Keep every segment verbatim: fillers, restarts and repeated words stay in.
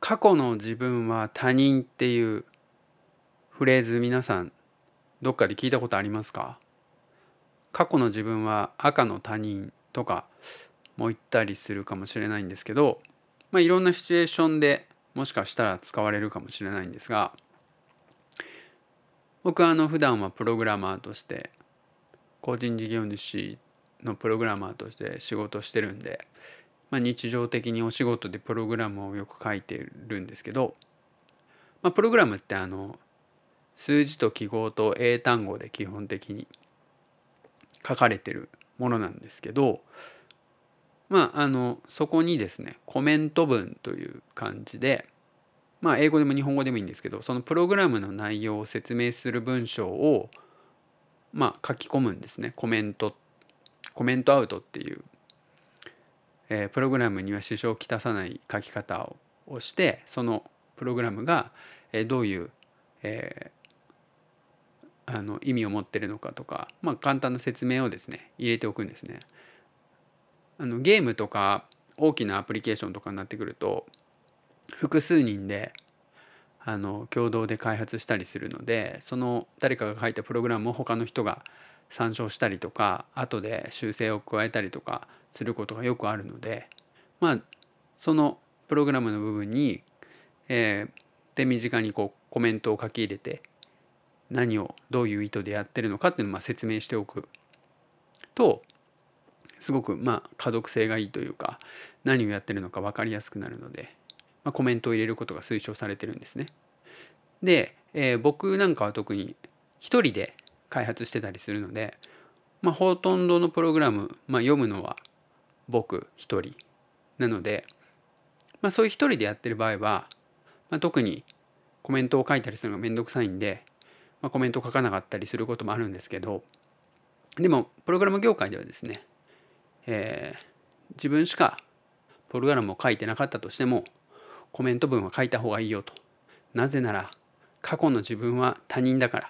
過去の自分は他人っていうフレーズ、皆さんどっかで聞いたことありますか？過去の自分は赤の他人とかも言ったりするかもしれないんですけど、まあいろんなシチュエーションでもしかしたら使われるかもしれないんですが、僕はあの普段はプログラマーとして個人事業主のプログラマーとして仕事してるんで、まあ、日常的にお仕事でプログラムをよく書いてるんですけど、まあ、プログラムってあの数字と記号と英単語で基本的に書かれてるものなんですけど、まああのそこにですねコメント文という感じで、まあ英語でも日本語でもいいんですけど、そのプログラムの内容を説明する文章をまあ書き込むんですね。コメントコメントアウトっていう、えープログラムには支障をきたさない書き方ををして、そのプログラムがえーどういう、えーあの意味を持ってるのかとか、まあ、簡単な説明をですね入れておくんですね。あのゲームとか大きなアプリケーションとかになってくると複数人であの共同で開発したりするので、その誰かが書いたプログラムを他の人が参照したりとか後で修正を加えたりとかすることがよくあるので、まあそのプログラムの部分に、えー手短にこうコメントを書き入れて、何をどういう意図でやってるのかっていうのをまあ説明しておくと、すごくまあ可読性がいいというか、何をやってるのか分かりやすくなるので、まあ、コメントを入れることが推奨されてるんですね。で、えー僕なんかは特に一人で開発してたりするので、まあ、ほとんどのプログラム、まあ、読むのは僕一人なので、まあ、そういう一人でやってる場合は、まあ、特にコメントを書いたりするのがめんどくさいんで、まあ、コメントを書かなかったりすることもあるんですけど、でもプログラム業界ではですね、えー自分しかプログラムを書いてなかったとしてもコメント文は書いた方がいいよと。なぜなら過去の自分は他人だから。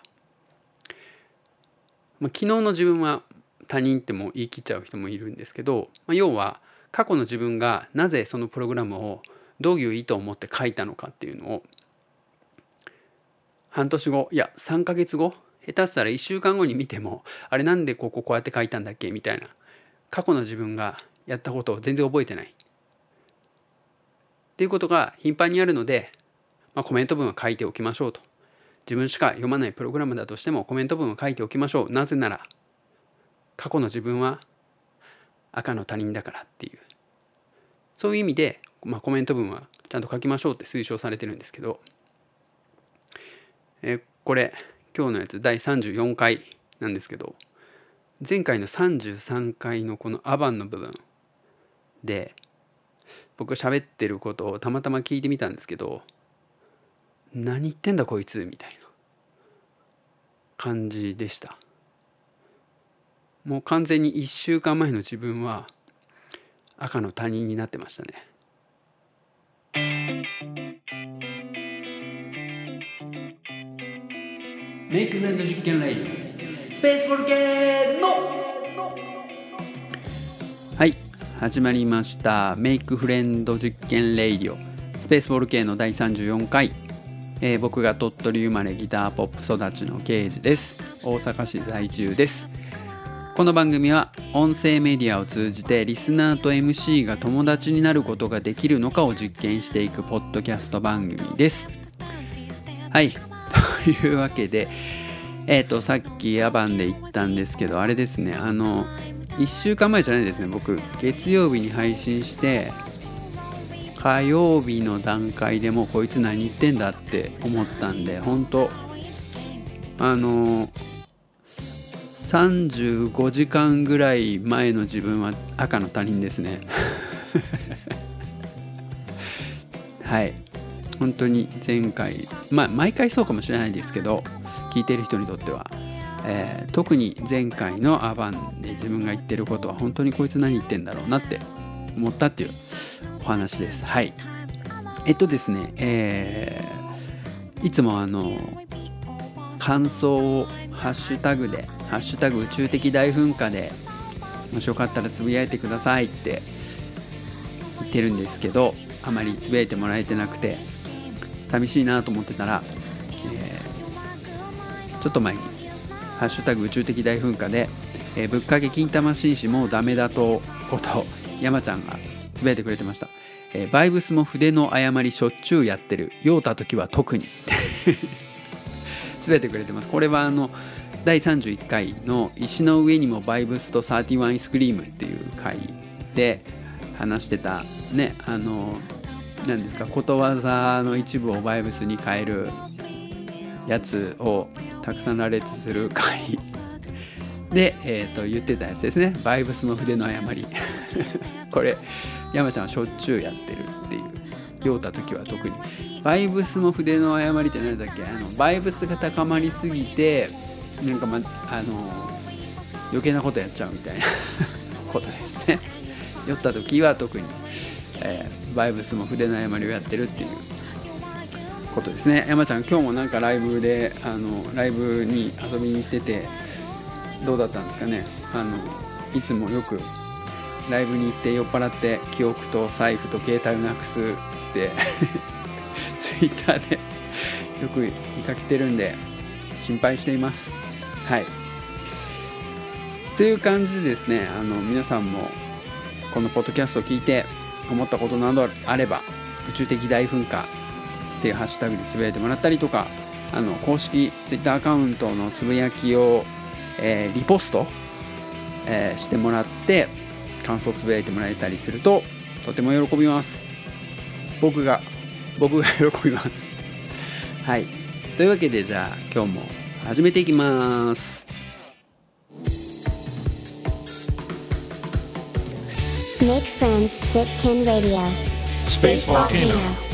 まあ、昨日の自分は他人ってもう言い切っちゃう人もいるんですけど、まあ、要は過去の自分がなぜそのプログラムをどういう意図を持って書いたのかっていうのを半年後、いやさんかげつご、下手したらいっしゅうかんごに見ても、あれなんでこここうやって書いたんだっけみたいな、過去の自分がやったことを全然覚えてないっていうことが頻繁にあるので、まあ、コメント文は書いておきましょうと。自分しか読まないプログラムだとしてもコメント文は書いておきましょう。なぜなら過去の自分は赤の他人だからっていう、そういう意味で、まあ、コメント文はちゃんと書きましょうって推奨されてるんですけど、えーこれ今日のやつだいさんじゅうよんかいなんですけど、前回のさんじゅうさんかいのこのアバンの部分で僕が喋ってることをたまたま聞いてみたんですけど、何言ってんだこいつみたいな感じでした。もう完全にいっしゅうかんまえの自分は赤の他人になってましたね。メイクフレンド実験レイディオスペースボルケーノ。はい、始まりましたメイクフレンド実験レイディオスペースボルケーノだいさんじゅうよんかい、えー、僕が鳥取生まれギターポップ育ちのケイジです。大阪市在住です。この番組は音声メディアを通じてリスナーと エムシー が友達になることができるのかを実験していくポッドキャスト番組です。はい、というわけで、えーとさっきアバンで言ったんですけど、あれですね、あのいっしゅうかんまえじゃないですね、僕月曜日に配信して火曜日の段階でもうこいつ何言ってんだって思ったんで、本当あのさんじゅうごじかんぐらい前の自分は赤の他人ですねはい、本当に前回、まあ毎回そうかもしれないですけど、聞いている人にとっては、えー、特に前回のアバンで自分が言ってることは本当にこいつ何言ってんだろうなって思ったっていうお話です。はい、えっとですね、えー、いつもあの感想をハッシュタグでハッシュタグ宇宙的大噴火でもしよかったらつぶやいてくださいって言ってるんですけど、あまりつぶやいてもらえてなくて寂しいなと思ってたら、えー、ちょっと前にハッシュタグ宇宙的大噴火で、えー、ぶっかけ金玉紳士もダメだとこと山ちゃんがつぶやいてくれてました。えー、バイブスも筆の誤りしょっちゅうやってる、酔うた時は特につぶやいてくれてます。これはあのだいさんじゅういっかいの石の上にもバイブスとサーティワンアイスクリームっていう回で話してたね、あの何ですか、ことわざの一部をバイブスに変えるやつをたくさん羅列する回で、えー、と言ってたやつですね。バイブスの筆の誤りこれ山ちゃんはしょっちゅうやってるっていう。酔った時は特に。バイブスの筆の誤りって何だっけ、あのバイブスが高まりすぎてなんか、ま、あの余計なことやっちゃうみたいなことですね。酔った時は特に、えー、バイブスも筆の誤りをやってるっていうことですね。山ちゃん今日もなんかライブであのライブに遊びに行っててどうだったんですかね。あのいつもよくライブに行って酔っ払って記憶と財布と携帯をなくすってツイッターでよく見かけてるんで心配しています。はい。という感じでですね、あの皆さんもこのポッドキャストを聞いて思ったことなどあれば宇宙的大噴火っていうハッシュタグでつぶやいてもらったりとか、あの公式ツイッターアカウントのつぶやきを、えー、リポスト、えー、してもらって感想をつぶやいてもらえたりするととても喜びます。僕が僕が喜びます。はい。というわけでじゃあ今日も始めていきます。 Make friends, Sitkin Radio. Space Volcano.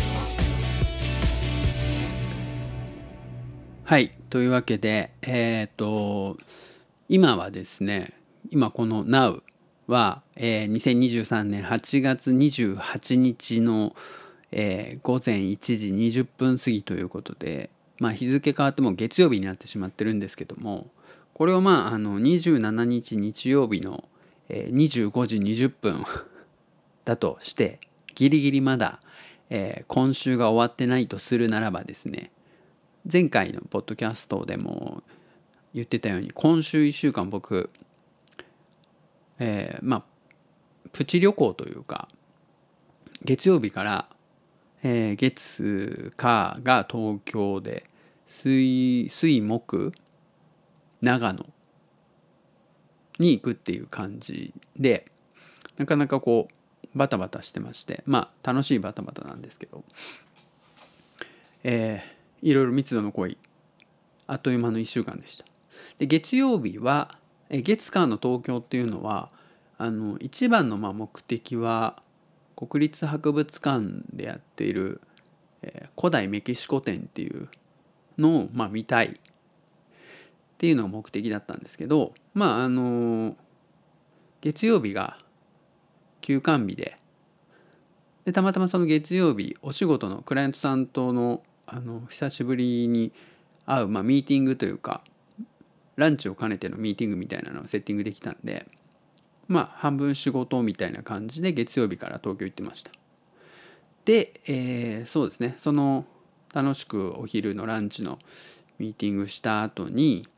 はい。というわけで、えっと今はですね、今この Now は、えー、にせんにじゅうさんねんはちがつにじゅうはちにちの、えー、ごぜんいちじにじゅっぷん過ぎということで、まあ、日付変わっても月曜日になってしまってるんですけども、これをまああのにじゅうしちにち日曜日の、えー、にじゅうごじにじゅっぷんだとしてギリギリまだ、えー、今週が終わってないとするならばですね、前回のポッドキャストでも言ってたように今週いっしゅうかん僕、えー、まあプチ旅行というか月曜日から、えー、月火が東京で水水木長野に行くっていう感じで、なかなかこうバタバタしてまして、まあ楽しいバタバタなんですけど、えー、いろいろ密度の濃いあっという間のいっしゅうかんでした。で月曜日はえ月火の東京っていうのはあの一番のまあ目的は国立博物館でやっている、えー、古代メキシコ展っていうのをまあ見たいっていうのが目的だったんですけど、まああの月曜日が休館日で、でたまたまその月曜日お仕事のクライアントさんとのあの久しぶりに会う、まあ、ミーティングというかランチを兼ねてのミーティングみたいなのをセッティングできたんで、まあ半分仕事みたいな感じで月曜日から東京行ってました。で、えー、そうですね、その楽しくお昼のランチのミーティングした後に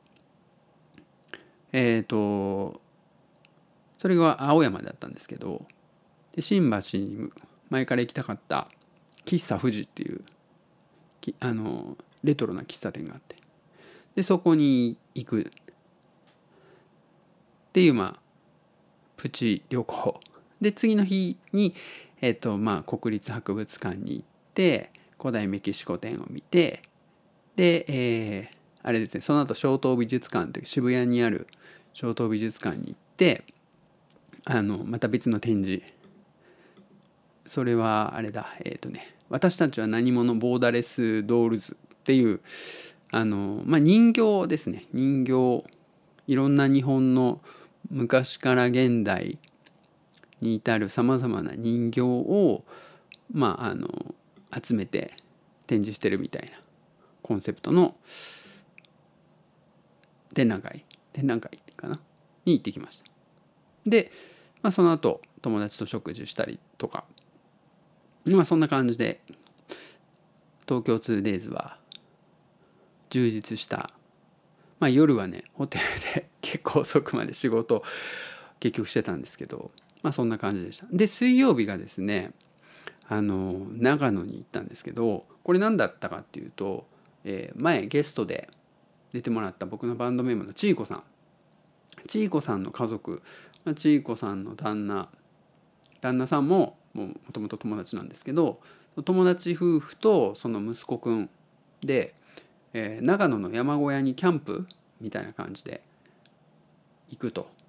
えっとそれが青山だったんですけど、で新橋に前から行きたかった喫茶富士っていうあのレトロな喫茶店があって、でそこに行くっていうまあプチ旅行で、次の日に、えーとまあ、国立博物館に行って古代メキシコ展を見て、で、えー、あれですね、その後小東美術館って渋谷にある小東美術館に行って、あのまた別の展示、それはあれだ、えっ、ー、とね私たちは何者ボーダレスドールズっていうあの、まあ、人形ですね。人形、いろんな日本の昔から現代に至るさまざまな人形を、まあ、あの集めて展示してるみたいなコンセプトの展覧会展覧会かなに行ってきました。で、まあ、その後友達と食事したりとかまあそんな感じで東京 ツーデイズ は充実した、まあ夜はねホテルで結構遅くまで仕事を結局してたんですけど、まあそんな感じでした。で水曜日がですねあの長野に行ったんですけど、これ何だったかっていうと、えー前ゲストで出てもらった僕のバンドメンバーのちいこさんちいこさんの家族、まあ、ちいこさんの旦那旦那さんももともと友達なんですけど、友達夫婦とその息子くんで、えー長野の山小屋にキャンプみたいな感じで行くと、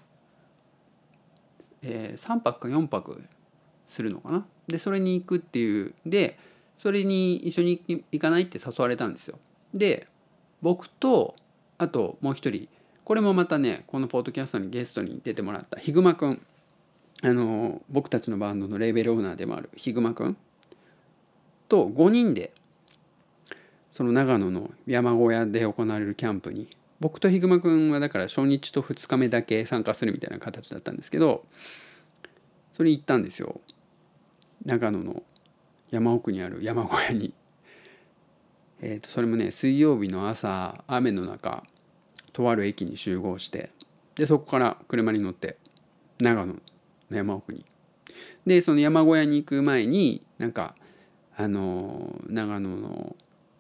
えーさんぱくかよんぱくするのかな。でそれに行くっていうでそれに一緒に行かないって誘われたんですよ。で僕とあともう一人、これもまたねこのポッドキャストにゲストに出てもらったヒグマくん、あの僕たちのバンドのレーベルオーナーでもあるヒグマくんとごにんでその長野の山小屋で行われるキャンプに、僕とヒグマくんはだから初日とふつかめだけ参加するみたいな形だったんですけど、それ行ったんですよ。長野の山奥にある山小屋に。えーとそれもね水曜日の朝雨の中とある駅に集合して、でそこから車に乗って長野の山奥に、でその山小屋に行く前になんかあのー長野の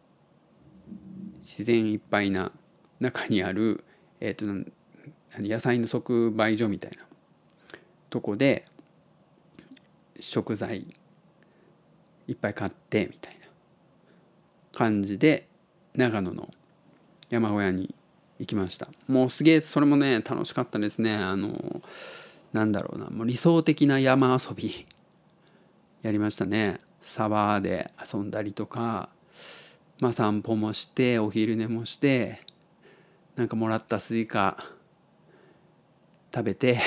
自然いっぱいな中にある、えーとなん野菜の即売所みたいなとこで食材いっぱい買ってみたいな感じで長野の山小屋に行きました。もうすげえそれもね楽しかったですね。あのなんだろうな、もう理想的な山遊びやりましたね。沢で遊んだりとか、まあ散歩もしてお昼寝もして、なんかもらったスイカ食べて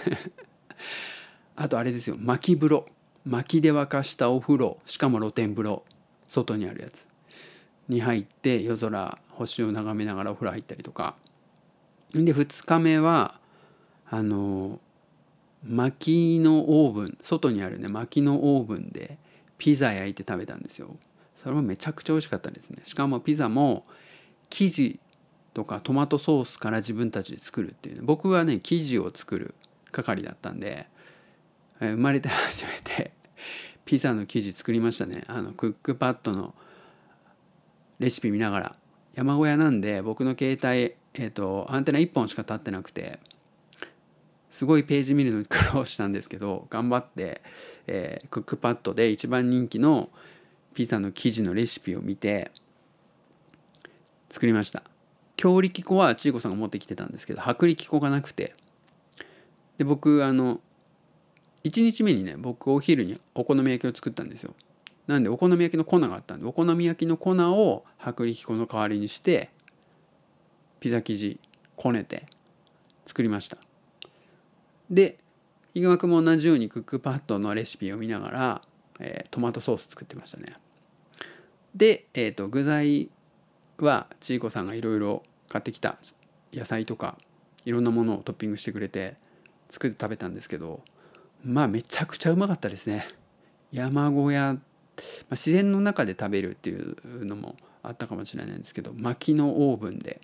あとあれですよ、薪風呂、薪で沸かしたお風呂、しかも露天風呂、外にあるやつに入って夜空星を眺めながらお風呂入ったりとかで、ふつかめはあの薪のオーブン、外にあるね薪のオーブンでピザ焼いて食べたんですよ。それもめちゃくちゃ美味しかったですね。しかもピザも生地とかトマトソースから自分たちで作るっていう、ね、僕はね生地を作る係だったんで、えー生まれて初めてピザの生地作りましたね。あのクックパッドのレシピ見ながら。山小屋なんで僕の携帯、えーと、アンテナいっぽんしか立ってなくてすごいページ見るのに苦労したんですけど、頑張って、えー、クックパッドで一番人気のピザの生地のレシピを見て作りました。強力粉はちいこさんが持ってきてたんですけど薄力粉がなくて、で僕あのいちにちめにね僕お昼にお好み焼きを作ったんですよ。なんでお好み焼きの粉があったんでお好み焼きの粉を薄力粉の代わりにしてピザ生地こねて作りました。でひぐまくんも同じようにクックパッドのレシピを見ながら、えートマトソース作ってましたね。で、えーと具材はちいこさんがいろいろ買ってきた野菜とかいろんなものをトッピングしてくれて作って食べたんですけど、まあめちゃくちゃうまかったですね。山小屋、まあ、自然の中で食べるっていうのもあったかもしれないんですけど、薪のオーブンで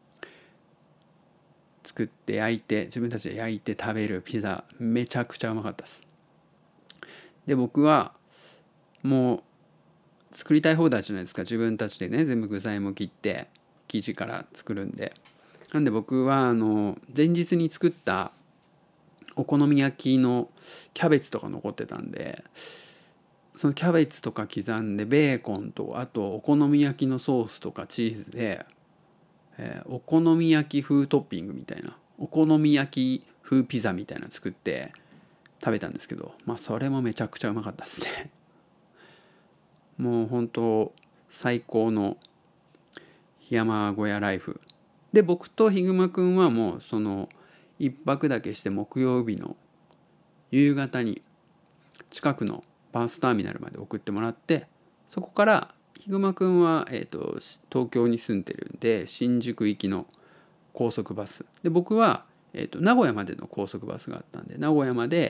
作って焼いて自分たちで焼いて食べるピザめちゃくちゃうまかったです。で僕はもう作りたい放題じゃないですか。自分たちでね全部具材も切って生地から作るんで。なんで僕はあの前日に作ったお好み焼きのキャベツとか残ってたんで、そのキャベツとか刻んでベーコンとあとお好み焼きのソースとかチーズで、えーお好み焼き風トッピングみたいなお好み焼き風ピザみたいなの作って食べたんですけど、まあそれもめちゃくちゃうまかったですね。もう本当最高の山小屋ライフで、僕とひぐまくんはもうその一泊だけして木曜日の夕方に近くのバスターミナルまで送ってもらって、そこからひぐまくんは、えーと、東京に住んでるんで新宿行きの高速バスで、僕は、えーと、名古屋までの高速バスがあったんで名古屋まで、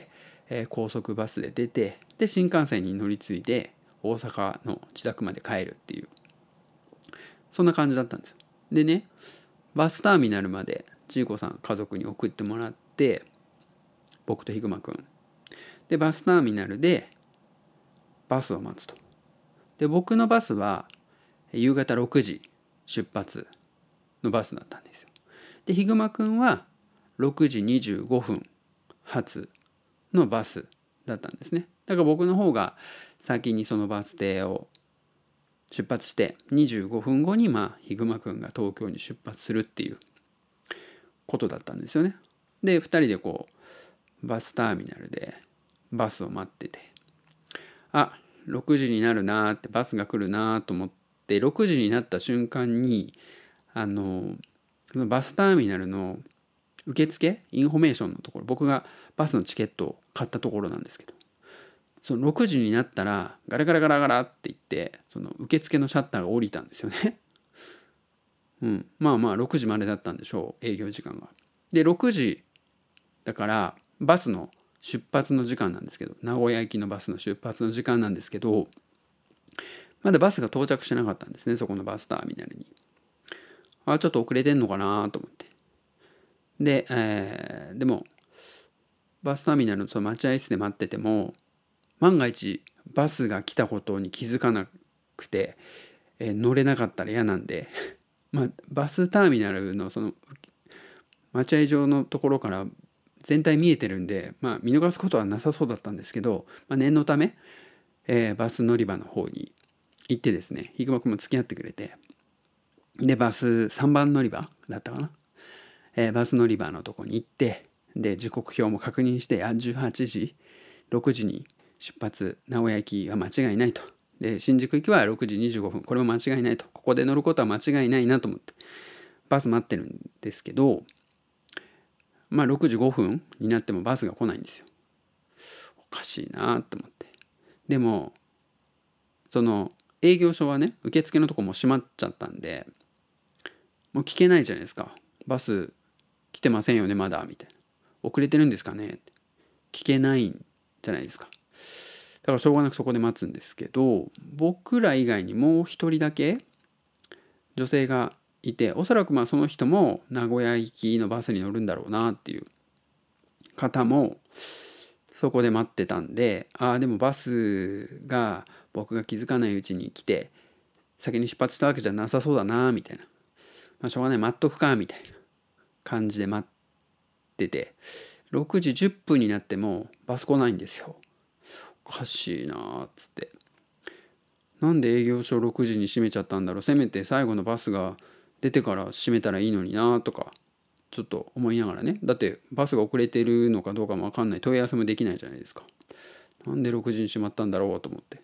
えー高速バスで出て、で新幹線に乗り継いで大阪の自宅まで帰るっていう、そんな感じだったんですよ。でね、バスターミナルまでちいこさん家族に送ってもらって、僕とひぐまくんでバスターミナルでバスを待つと。で僕のバスは夕方ろくじ出発のバスだったんですよ。でひぐまくんはろくじにじゅうごふん発のバスだったんですね。だから僕の方が先にそのバス停を出発して、にじゅうごふんごにまあひぐまくんが東京に出発するっていうことだったんですよね。でふたりでこうバスターミナルでバスを待ってて、あ、ろくじになるなーって、バスが来るなーと思って、ろくじになった瞬間にあのそのバスターミナルの受付インフォメーションのところ、僕がバスのチケットを買ったところなんですけど、そのろくじになったらガラガラガラガラって言って、その受付のシャッターが降りたんですよね。うん、まあまあろくじまでだったんでしょう、営業時間が。でろくじだからバスの出発の時間なんですけど、名古屋行きのバスの出発の時間なんですけど、まだバスが到着してなかったんですね、そこのバスターミナルに。あ、ちょっと遅れてんのかなと思って。で、えーでもバスターミナルのその待合室で待ってても、万が一バスが来たことに気づかなくて、えー乗れなかったら嫌なんでまあバスターミナルのその待合場のところから全体見えてるんで、まあ見逃すことはなさそうだったんですけど、まあ、念のため、えーバス乗り場の方に行ってですね、ひぐまくんも付き合ってくれて、でバスさんばん乗り場だったかな、えーバス乗り場のとこに行って、で時刻表も確認して、あ、じゅうはちじろくじに出発、名古屋行きは間違いないと。で新宿行きはろくじにじゅうごふん、これも間違いないと。ここで乗ることは間違いないなと思ってバス待ってるんですけど、まあろくじごふんになってもバスが来ないんですよ。おかしいなと思って。でもその営業所はね、受付のとこも閉まっちゃったんで、もう聞けないじゃないですか。バス来てませんよねまだみたいな、遅れてるんですかねって聞けないんじゃないですか。だからしょうがなくそこで待つんですけど、僕ら以外にもう一人だけ女性がいて、おそらくまあその人も名古屋行きのバスに乗るんだろうなっていう方もそこで待ってたんで、ああでもバスが僕が気づかないうちに来て先に出発したわけじゃなさそうだなみたいな、まあ、しょうがない待っとくかみたいな感じで待ってて、ろくじじゅっぷんになってもバス来ないんですよ。おかしいなっつって、なんで営業所ろくじに閉めちゃったんだろう、せめて最後のバスが出てから閉めたらいいのになとかちょっと思いながらね、だってバスが遅れてるのかどうかも分かんない、問い合わせもできないじゃないですか。なんでろくじに閉まったんだろうと思って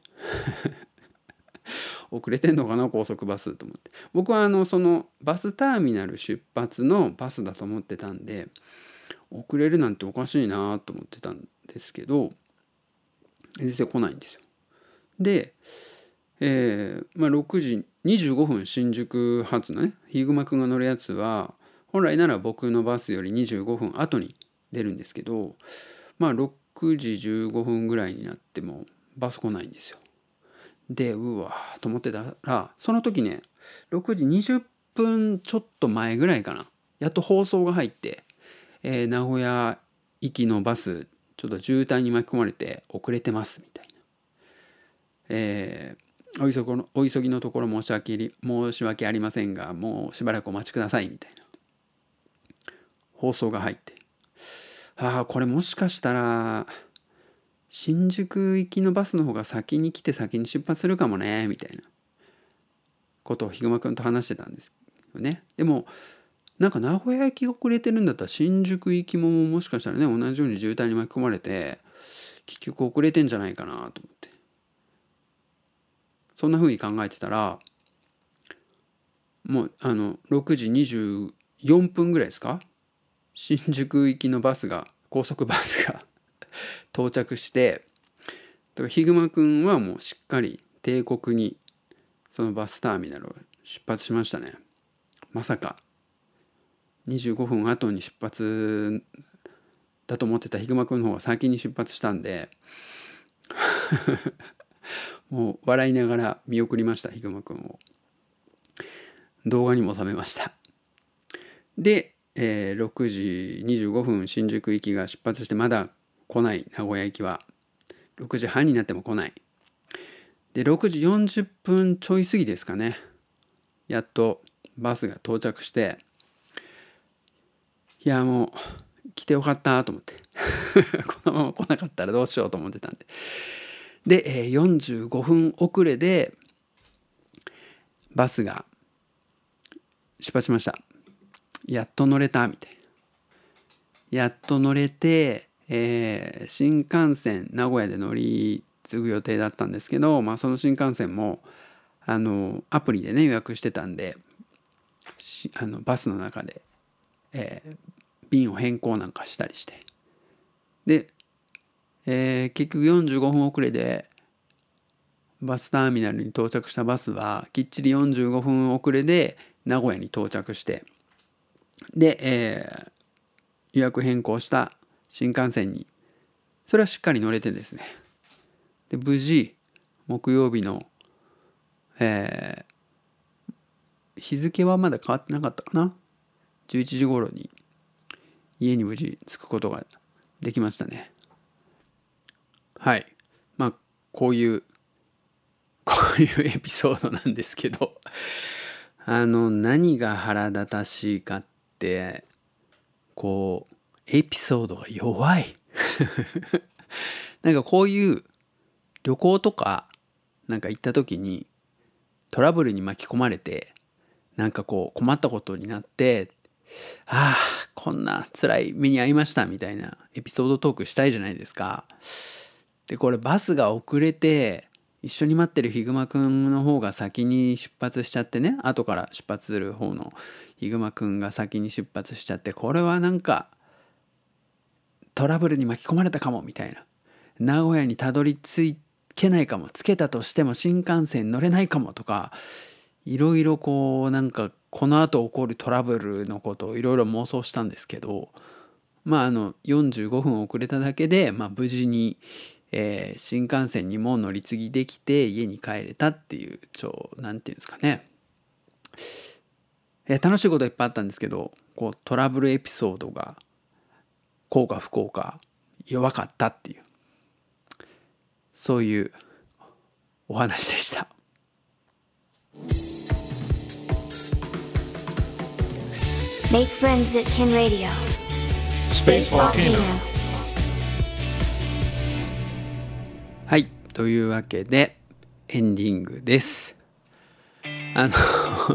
遅れてんのかな高速バスと思って、僕はあのそのバスターミナル出発のバスだと思ってたんで、遅れるなんておかしいなと思ってたんですけど、実際来ないんですよ。で、えーまあ、ろくじにじゅうごふん新宿発のねひぐまくんが乗るやつは本来なら僕のバスよりにじゅうごふん後に出るんですけど、まあろくじじゅうごふんぐらいになってもバス来ないんですよ。でうわーと思ってたら、その時ねろくじにじゅっぷんちょっと前ぐらいかな、やっと放送が入って、えー名古屋行きのバスちょっと渋滞に巻き込まれて遅れてますみたいな、えーお急ぎのお急ぎのところ申し訳り申し訳ありませんが、もうしばらくお待ちくださいみたいな放送が入って、ああこれもしかしたら新宿行きのバスの方が先に来て先に出発するかもねみたいなことをひぐまくんと話してたんですよね。でもなんか名古屋行きが遅れてるんだったら新宿行きももしかしたらね同じように渋滞に巻き込まれて結局遅れてんじゃないかなと思って、そんな風に考えてたら、もうあのろくじにじゅうよんぷんぐらいですか、新宿行きのバスが高速バスが到着して、だからひぐまくんはもうしっかり定刻にそのバスターミナルを出発しましたね。まさかにじゅうごふんごに出発だと思ってたヒグマくんの方が先に出発したんでもう笑いながら見送りました。ヒグマくんを動画にも収めました。で、えー、ろくじにじゅうごふん新宿行きが出発して、まだ来ない。名古屋行きはろくじはんになっても来ない。でろくじよんじゅっぷんちょい過ぎですかね、やっとバスが到着して、いやもう来てよかったと思ってこのまま来なかったらどうしようと思ってたんで、で、えー、よんじゅうごふん遅れでバスが出発しました。やっと乗れたみたいな。やっと乗れて、えー、新幹線名古屋で乗り継ぐ予定だったんですけど、まあ、その新幹線もあのアプリでね予約してたんで、あのバスの中で、えー、便を変更なんかしたりして、で、えー、結局よんじゅうごふん遅れでバスターミナルに到着したバスはきっちりよんじゅうごふん遅れで名古屋に到着して、で、えー、予約変更した新幹線にそれはしっかり乗れてですね、で無事木曜日の、えー、日付はまだ変わってなかったかな、じゅういちじ頃に家に無事着くことができましたね。はい、まあこういうこういうエピソードなんですけど、あの何が腹立たしいかって、こうエピソードが弱いなんかこういう旅行とかなんか行った時にトラブルに巻き込まれて、なんかこう困ったことになって、ああこんな辛い目に遭いましたみたいなエピソードトークしたいじゃないですか。でこれバスが遅れて一緒に待ってるヒグマくんの方が先に出発しちゃってね、後から出発する方のヒグマくんが先に出発しちゃって、これはなんかトラブルに巻き込まれたかもみたいな、名古屋にたどり着けないかも、着けたとしても新幹線乗れないかもとか、いろいろこうなんかこの後起こるトラブルのことをいろいろ妄想したんですけど、まああのよんじゅうごふん遅れただけで、まあ、無事に、えー、新幹線にも乗り継ぎできて家に帰れたっていう、超なんていうんですかね、えー、楽しいこといっぱいあったんですけど、こうトラブルエピソードが幸か不幸か弱かったっていう、そういうお話でした。 Make friends that can radio. Space Volcano. はい、というわけでエンディングです。あの、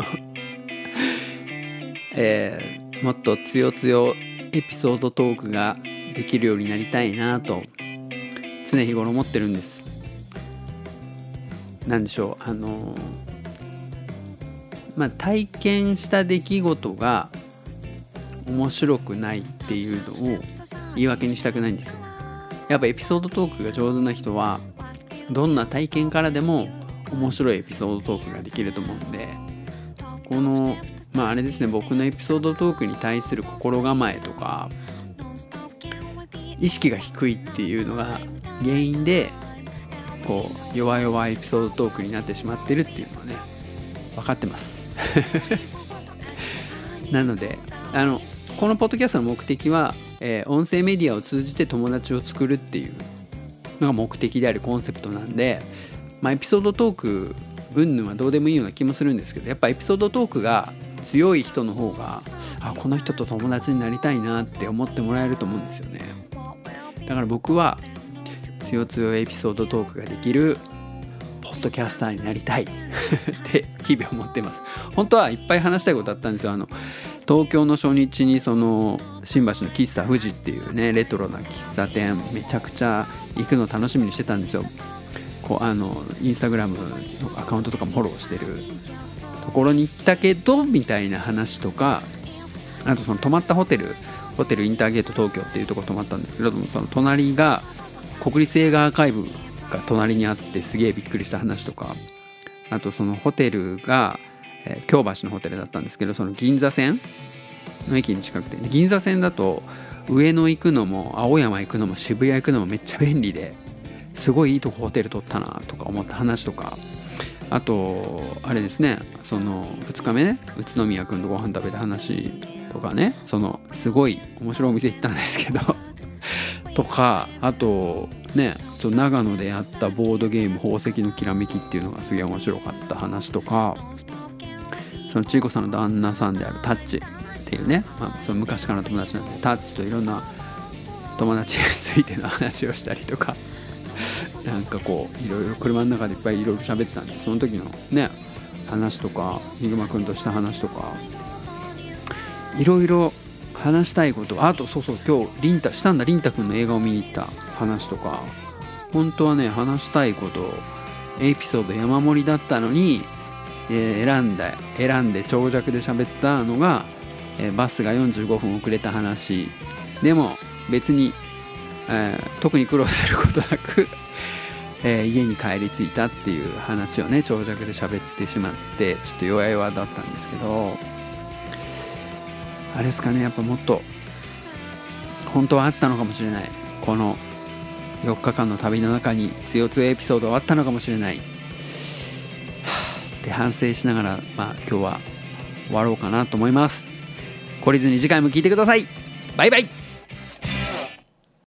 えー、もっとつよつよエピソードトークができるようになりたいなと常日頃思ってるんです。なんでしょう、あのまあ体験した出来事が面白くないっていうのを言い訳にしたくないんですよ。やっぱエピソードトークが上手な人はどんな体験からでも面白いエピソードトークができると思うんで、このまああれですね、僕のエピソードトークに対する心構えとか意識が低いっていうのが原因で、こう弱々エピソードトークになってしまってるっていうのはね分かってますなのであのこのポッドキャストの目的は、えー、音声メディアを通じて友達を作るっていうのが目的であるコンセプトなんで、まあ、エピソードトーク云々はどうでもいいような気もするんですけど、やっぱエピソードトークが強い人の方が、あ、この人と友達になりたいなって思ってもらえると思うんですよね。だから僕はつよつよエピソードトークができるポッドキャスターになりたいって日々思ってます。本当はいっぱい話したいことあったんですよ。あの東京の初日にその新橋の喫茶富士っていうねレトロな喫茶店、めちゃくちゃ行くの楽しみにしてたんですよ。こうあのインスタグラムのアカウントとかもフォローしてるところに行ったけどみたいな話とか、あとその泊まったホテルホテルインターゲート東京っていうところ泊まったんですけれども、その隣が国立映画アーカイブが隣にあってすげえびっくりした話とか、あとそのホテルが、えー、京橋のホテルだったんですけど、その銀座線の駅に近くて、で銀座線だと上野行くのも青山行くのも渋谷行くのもめっちゃ便利ですごいいいとこホテル取ったなとか思った話とか、あとあれですね、そのふつかめね宇都宮くんとご飯食べた話とかね、そのすごい面白いお店行ったんですけどとか、あとねその長野でやったボードゲーム宝石のきらめきっていうのがすげえ面白かった話とか、そのちいこさんの旦那さんであるタッチっていうね、まあ、その昔からの友達なんでタッチといろんな友達についての話をしたりとかなんかこういろいろ車の中でいっぱいいろいろ喋ってたんで、その時のね話とかヒグマくんとした話とかいろいろ話したいこと、あとそうそう今日リンタしたんだリンタくんの映画を見に行った話とか、本当はね話したいことエピソード山盛りだったのに、えー、選んだ選んで長尺で喋ったのが、えー、バスがよんじゅうごふん遅れた話でも別に、えー、特に苦労することなくえー、家に帰り着いたっていう話をね長尺で喋ってしまってちょっと弱々だったんですけど、あれですかね、やっぱもっと本当はあったのかもしれない、このよっかかんの旅の中に強強エピソードはあったのかもしれないって反省しながら、まあ今日は終わろうかなと思います。懲りずに次回も聞いてください。バイバイ。